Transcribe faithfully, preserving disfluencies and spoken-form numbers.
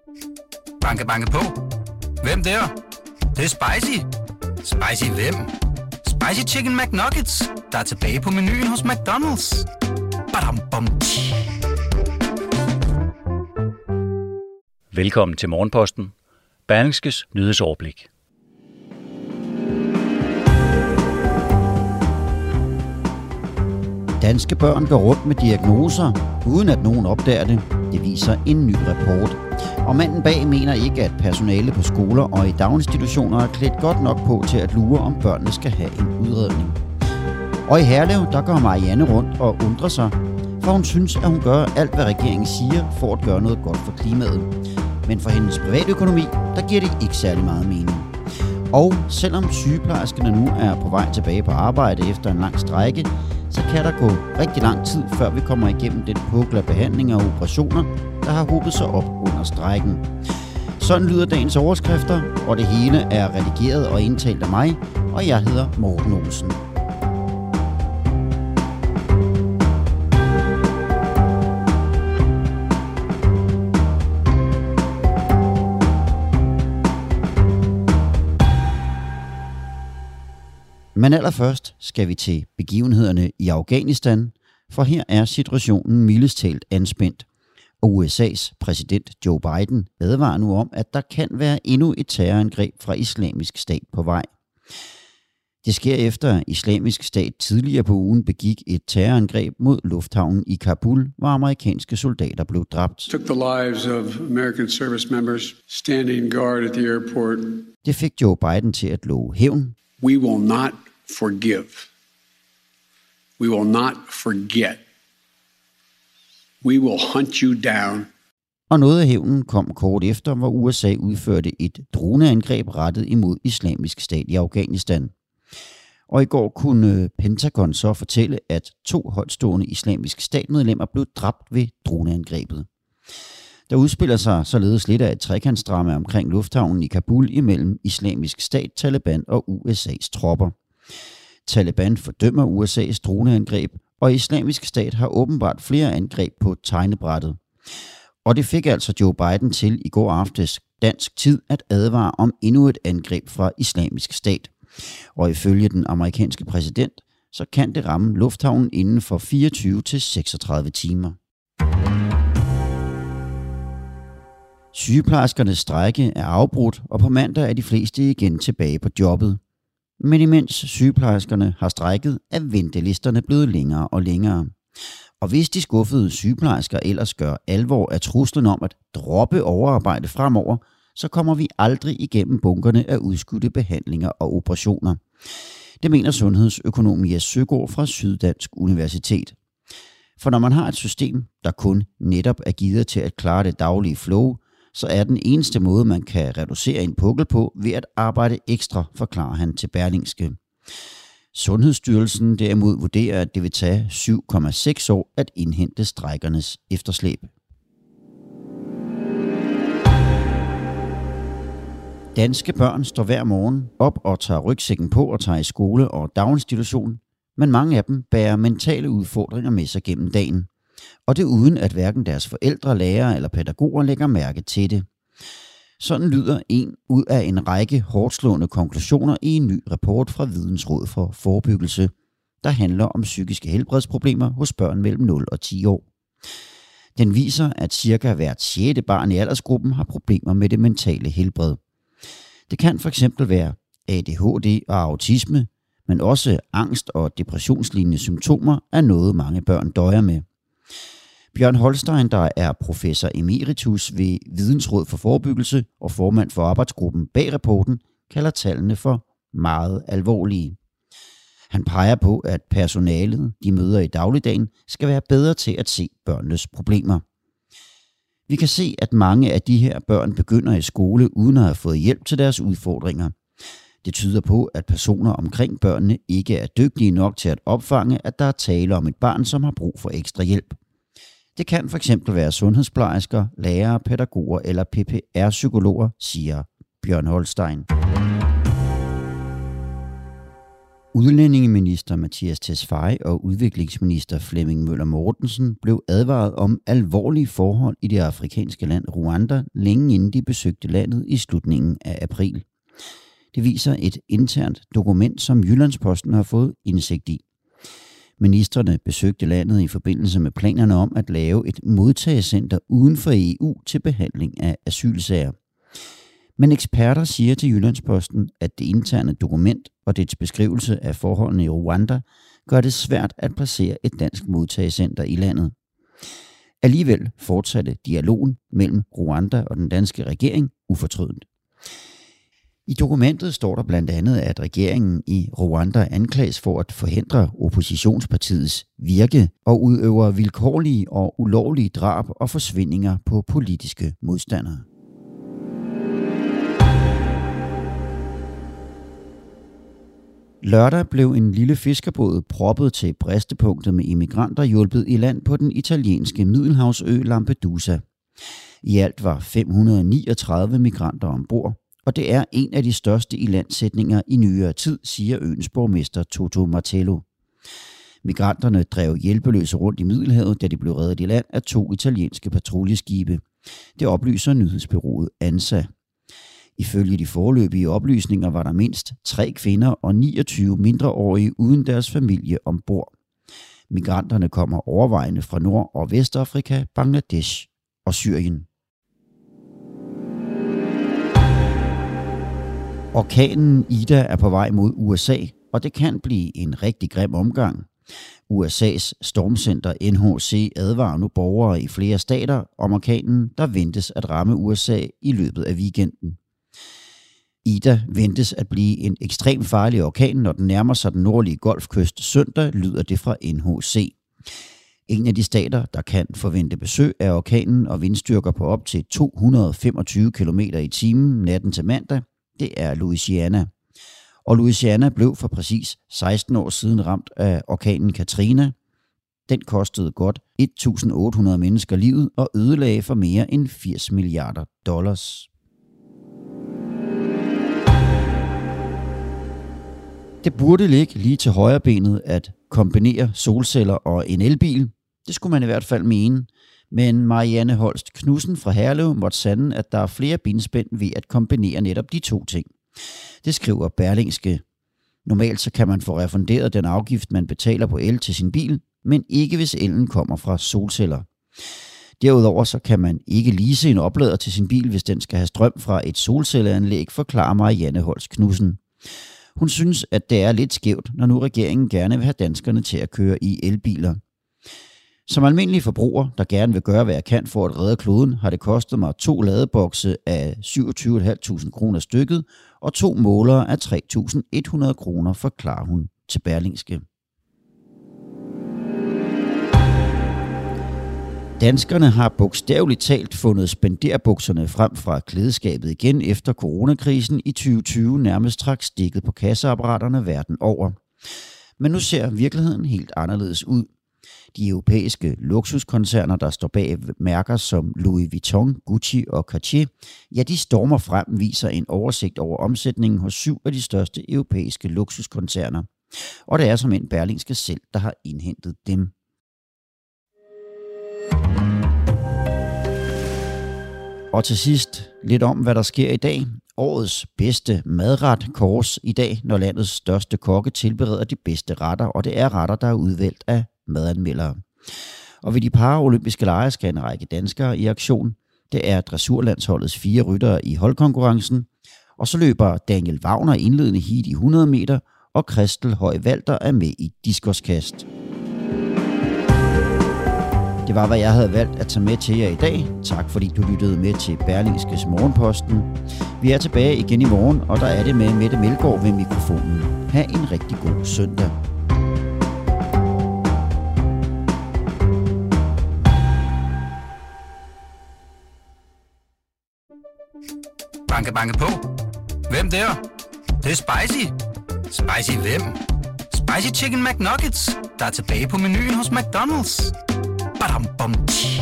Banke, banke på. Hvem der? Det, det er spicy. Spicy hvem? Spicy Chicken McNuggets, der er tilbage på menuen hos McDonald's. Badum, bom, tji. Velkommen til Morgenposten. Berlingskes nyhedsoverblik. Danske børn går rundt med diagnoser, uden at nogen opdager det. Det viser en ny rapport. Og manden bag mener ikke, at personale på skoler og i daginstitutioner er klædt godt nok på til at lure, om børnene skal have en udredning. Og i Herlev, der går Marianne rundt og undrer sig, for hun synes, at hun gør alt, hvad regeringen siger, for at gøre noget godt for klimaet. Men for hendes privatøkonomi, der giver det ikke særlig meget mening. Og selvom sygeplejerskerne nu er på vej tilbage på arbejde efter en lang strejke, så kan der gå rigtig lang tid, før vi kommer igennem den pukkel af behandlinger og operationer, der har hobet sig op under strejken. Sådan lyder dagens overskrifter, og det hele er redigeret og indtalt af mig, og jeg hedder Morten Olsen. Men allerførst skal vi til begivenhederne i Afghanistan, for her er situationen mildest talt anspændt. Og U S A's præsident Joe Biden advarer nu om, at der kan være endnu et terrorangreb fra Islamisk Stat på vej. Det sker efter, at Islamisk Stat tidligere på ugen begik et terrorangreb mod lufthavnen i Kabul, hvor amerikanske soldater blev dræbt. Took the lives of American service members standing guard at the airport. Det fik Joe Biden til at love hævn. We will not forgive. We will not forget. We will hunt you down. Og noget af hævnen kom kort efter, hvor U S A udførte et droneangreb rettet imod Islamisk Stat i Afghanistan. Og i går kunne Pentagon så fortælle, at to højtstående Islamisk Stat-medlemmer blev dræbt ved droneangrebet. Der udspiller sig således lidt af et trekantsdrama omkring lufthavnen i Kabul imellem Islamisk Stat, Taliban og U S A's tropper. Taliban fordømmer U S A's droneangreb, og Islamisk Stat har åbenbart flere angreb på tegnebrættet. Og det fik altså Joe Biden til i går aftes dansk tid at advare om endnu et angreb fra Islamisk Stat. Og ifølge den amerikanske præsident, så kan det ramme lufthavnen inden for fireogtyve til seksogtredive timer. Sygeplejerskernes strejke er afbrudt, og på mandag er de fleste igen tilbage på jobbet. Men imens sygeplejerskerne har strejket, er ventelisterne blevet længere og længere. Og hvis de skuffede sygeplejersker ellers gør alvor af truslen om at droppe overarbejde fremover, så kommer vi aldrig igennem bunkerne af udskudte behandlinger og operationer. Det mener sundhedsøkonom Jes Søgaard fra Syddansk Universitet. For når man har et system, der kun netop er givet til at klare det daglige flow, så er den eneste måde, man kan reducere en pukkel på, ved at arbejde ekstra, forklarer han til Berlingske. Sundhedsstyrelsen derimod vurderer, at det vil tage syv komma seks år at indhente strejkernes efterslæb. Danske børn står hver morgen op og tager rygsækken på og tager i skole og daginstitution, men mange af dem bærer mentale udfordringer med sig gennem dagen. Og det uden at hverken deres forældre, lærere eller pædagoger lægger mærke til det. Sådan lyder en ud af en række hårdslående konklusioner i en ny rapport fra Vidensråd for Forebyggelse, der handler om psykiske helbredsproblemer hos børn mellem nul og ti år. Den viser, at cirka hvert sjette barn i aldersgruppen har problemer med det mentale helbred. Det kan fx være A D H D og autisme, men også angst og depressionslignende symptomer er noget mange børn døjer med. Bjørn Holstein, der er professor emeritus ved Vidensråd for Forebyggelse og formand for arbejdsgruppen bag rapporten, kalder tallene for meget alvorlige. Han peger på, at personalet, de møder i dagligdagen, skal være bedre til at se børnenes problemer. Vi kan se, at mange af de her børn begynder i skole uden at have fået hjælp til deres udfordringer. Det tyder på, at personer omkring børnene ikke er dygtige nok til at opfange, at der er tale om et barn, som har brug for ekstra hjælp. Det kan fx være sundhedsplejersker, lærere, pædagoger eller P P R-psykologer, siger Bjørn Holstein. Udlændingeminister Mattias Tesfaye og udviklingsminister Flemming Møller Mortensen blev advaret om alvorlige forhold i det afrikanske land Rwanda, længe inden de besøgte landet i slutningen af april. Det viser et internt dokument, som Jyllandsposten har fået indsigt i. Ministrene besøgte landet i forbindelse med planerne om at lave et modtagecenter uden for E U til behandling af asylsager. Men eksperter siger til Jyllandsposten, at det interne dokument og dets beskrivelse af forholdene i Rwanda gør det svært at placere et dansk modtagecenter i landet. Alligevel fortsatte dialogen mellem Rwanda og den danske regering ufortrødent. I dokumentet står der blandt andet, at regeringen i Rwanda anklages for at forhindre oppositionspartiets virke og udøver vilkårlige og ulovlige drab og forsvindinger på politiske modstandere. Lørdag blev en lille fiskerbåd proppet til bristepunktet med immigranter hjulpet i land på den italienske middelhavsø Lampedusa. I alt var fem hundrede og niogtredive migranter ombord, og det er en af de største ilandsætninger i nyere tid, siger øens borgmester Toto Martello. Migranterne drev hjælpeløse rundt i Middelhavet, da de blev reddet i land af to italienske patruljeskibe. Det oplyser nyhedsbureauet ANSA. Ifølge de foreløbige oplysninger var der mindst tre kvinder og niogtyve mindreårige uden deres familie ombord. Migranterne kommer overvejende fra Nord- og Vestafrika, Bangladesh og Syrien. Orkanen Ida er på vej mod U S A, og det kan blive en rigtig grim omgang. U S A's stormcenter N H C advarer nu borgere i flere stater om orkanen, der ventes at ramme U S A i løbet af weekenden. Ida ventes at blive en ekstremt farlig orkan, når den nærmer sig den nordlige golfkyst søndag, lyder det fra N H C. En af de stater, der kan forvente besøg af orkanen og vindstyrker på op til to hundrede og femogtyve kilometer i timen natten til mandag, det er Louisiana. Og Louisiana blev for præcis seksten år siden ramt af orkanen Katrina. Den kostede godt et tusind otte hundrede mennesker livet og ødelagde for mere end firs milliarder dollars. Det burde ligge lige til højre benet at kombinere solceller og en elbil. Det skulle man i hvert fald mene. Men Marianne Holst Knudsen fra Herlev måtte sande, at der er flere benspænd ved at kombinere netop de to ting. Det skriver Berlingske. Normalt så kan man få refunderet den afgift, man betaler på el til sin bil, men ikke hvis elen kommer fra solceller. Derudover så kan man ikke lease en oplader til sin bil, hvis den skal have strøm fra et solcelleanlæg, forklarer Marianne Holst Knudsen. Hun synes, at det er lidt skævt, når nu regeringen gerne vil have danskerne til at køre i elbiler. Som almindelig forbruger, der gerne vil gøre, hvad jeg kan for at redde kloden, har det kostet mig to ladebokse af syvogtyve tusind fem hundrede kroner stykket og to målere af tre tusind et hundrede kroner, forklarer hun til Berlingske. Danskerne har bogstaveligt talt fundet spenderbukserne frem fra klædeskabet igen efter coronakrisen i tyve tyve nærmest trak stikket på kasseapparaterne verden over. Men nu ser virkeligheden helt anderledes ud. De europæiske luksuskoncerner, der står bag mærker som Louis Vuitton, Gucci og Cartier, ja, de stormer frem, viser en oversigt over omsætningen hos syv af de største europæiske luksuskoncerner. Og det er som en Berlingske selv, der har indhentet dem. Og til sidst lidt om, hvad der sker i dag. Årets bedste madret kåres i dag, når landets største kokke tilbereder de bedste retter, og det er retter, der er udvalgt af madanmeldere. Og ved de paralympiske lege skal en række danskere i aktion. Det er dressurlandsholdets fire ryttere i holdkonkurrencen, og så løber Daniel Wagner indledende heat i hundrede meter, og Christel Høj Walter er med i diskoskast. Det var, hvad jeg havde valgt at tage med til jer i dag. Tak fordi du lyttede med til Berlingskes Morgenposten. Vi er tilbage igen i morgen, og der er det med Mette Melgaard ved mikrofonen. Ha' en rigtig god søndag. Banke, banke på. Hvem der? Det, det er spicy. Spicy hvem? Spicy Chicken McNuggets, der er tilbage på menuen hos McDonald's. Badum, bom, tji.